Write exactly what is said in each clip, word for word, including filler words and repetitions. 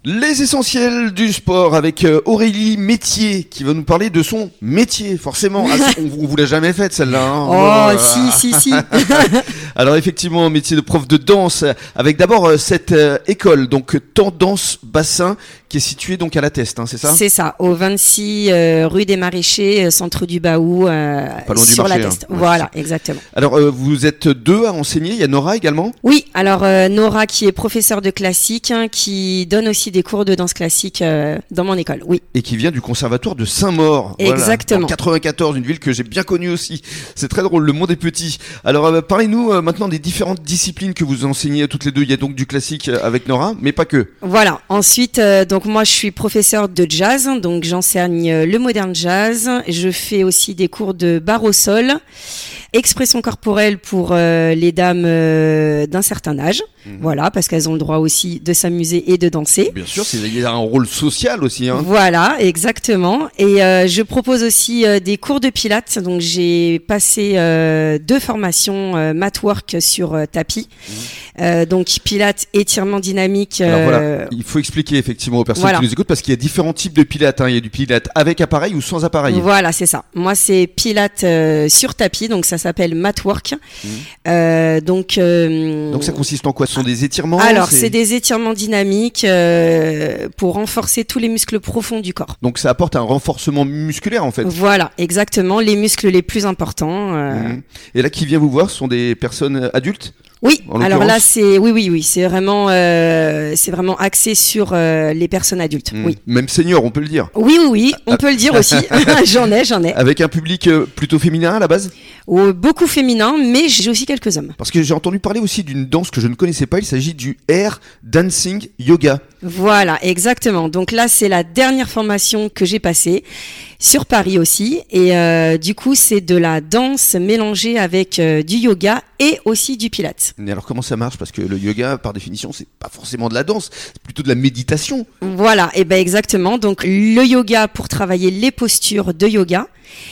Les essentiels du sport avec Aurélie Métier qui va nous parler de son métier, forcément. Ah, on, on vous l'a jamais faite celle-là. Hein. Oh, oh si, si, si. Alors effectivement, métier de prof de danse avec d'abord euh, cette euh, école, donc Tendance Bassin, qui est située donc à La Teste, hein, c'est ça ? C'est ça, au vingt-six euh, rue des Maraîchers, euh, centre du Baou, euh, Pas loin du sur marché, La Teste. Hein. Voilà, ouais, exactement. Alors euh, vous êtes deux à enseigner, il y a Nora également ? Oui, alors euh, Nora qui est professeure de classique, hein, qui donne aussi des cours de danse classique euh, dans mon école, oui. Et qui vient du conservatoire de Saint-Maur. Exactement. Voilà, en quatre-vingt-quatorze, une ville que j'ai bien connue aussi. C'est très drôle, le monde est petit. Alors euh, parlez-nous euh, maintenant des différentes disciplines que vous enseignez toutes les deux. Il y a donc du classique avec Nora, mais pas que. Voilà, ensuite, euh, donc moi je suis professeure de jazz, donc j'enseigne euh, le modern jazz. Je fais aussi des cours de barre au sol, expression corporelle pour euh, les dames euh, d'un certain âge. Mmh. Voilà, parce qu'elles ont le droit aussi de s'amuser et de danser. Bien sûr, il y a un rôle social aussi. Hein. Voilà, exactement. Et euh, je propose aussi euh, des cours de pilates. Donc j'ai passé euh, deux formations euh, matwork sur euh, tapis. Mmh. Euh, donc pilates, étirement dynamique. Alors euh... voilà, il faut expliquer effectivement aux personnes voilà. qui nous écoutent parce qu'il y a différents types de pilates. Hein. Il y a du pilates avec appareil ou sans appareil. Voilà, c'est ça. Moi, c'est pilates euh, sur tapis, donc ça s'appelle matwork. Mmh. Euh, donc, euh... donc ça consiste en quoi ? Ce sont des étirements ? Alors, c'est, c'est des étirements dynamiques euh, pour renforcer tous les muscles profonds du corps. Donc ça apporte un renforcement musculaire en fait. Voilà, exactement, les muscles les plus importants. Euh... Mmh. Et là, qui vient vous voir, ce sont des personnes adultes ? Oui, alors là c'est oui oui oui, c'est vraiment euh, c'est vraiment axé sur euh, les personnes adultes. Mmh. Oui. Même senior, on peut le dire. Oui oui oui, on ah. peut le dire aussi. j'en ai, j'en ai. Avec un public euh, plutôt féminin à la base ? Oh, beaucoup féminin, mais j'ai aussi quelques hommes. Parce que j'ai entendu parler aussi d'une danse que je ne connaissais pas, il s'agit du Air Dancing Yoga. Voilà, exactement. Donc là, c'est la dernière formation que j'ai passée sur Paris aussi. Et euh, du coup, c'est de la danse mélangée avec euh, du yoga et aussi du pilates. Mais alors, comment ça marche ? Parce que le yoga, par définition, c'est pas forcément de la danse, c'est plutôt de la méditation. Voilà, et ben exactement. Donc le yoga pour travailler les postures de yoga.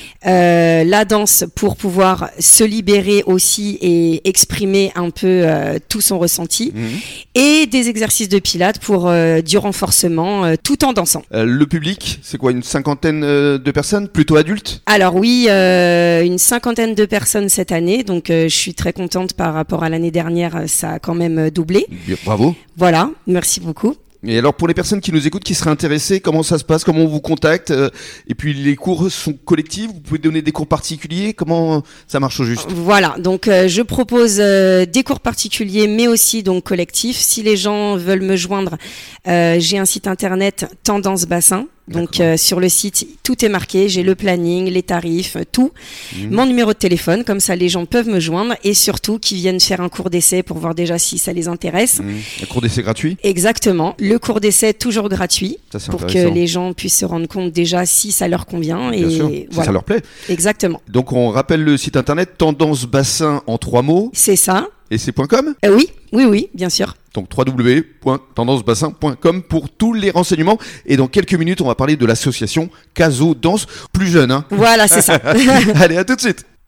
Euh, la danse pour pouvoir se libérer aussi et exprimer un peu euh, tout son ressenti, mmh. et des exercices de pilates pour euh, du renforcement euh, tout en dansant. Euh, le public, c'est quoi, une cinquantaine euh, de personnes, plutôt adultes ? Alors oui, euh, une cinquantaine de personnes cette année, donc euh, je suis très contente par rapport à l'année dernière, ça a quand même doublé. Bien, bravo. Voilà, merci beaucoup. Et alors pour les personnes qui nous écoutent, qui seraient intéressées, comment ça se passe ? Comment on vous contacte ? euh, Et puis les cours sont collectifs ? Vous pouvez donner des cours particuliers ? Comment ça marche au juste ? Voilà, donc euh, je propose euh, des cours particuliers, mais aussi donc collectifs. Si les gens veulent me joindre, euh, j'ai un site internet Tendance Bassin. Donc euh, sur le site, tout est marqué, j'ai le planning, les tarifs, tout, mmh. mon numéro de téléphone, comme ça les gens peuvent me joindre et surtout qu'ils viennent faire un cours d'essai pour voir déjà si ça les intéresse. Mmh. Un cours d'essai gratuit ? Exactement, le cours d'essai toujours gratuit, ça, pour que les gens puissent se rendre compte déjà si ça leur convient. Bien et sûr, voilà. si ça leur plaît. Exactement. Donc on rappelle le site internet Tendance Bassin en trois mots. C'est ça. Et c'est .com ? euh, Oui, oui, oui, bien sûr. Donc w w w point tendance bassin point com pour tous les renseignements. Et dans quelques minutes, on va parler de l'association Caso Danse, plus jeune. Hein. Voilà, c'est ça. Allez, à tout de suite.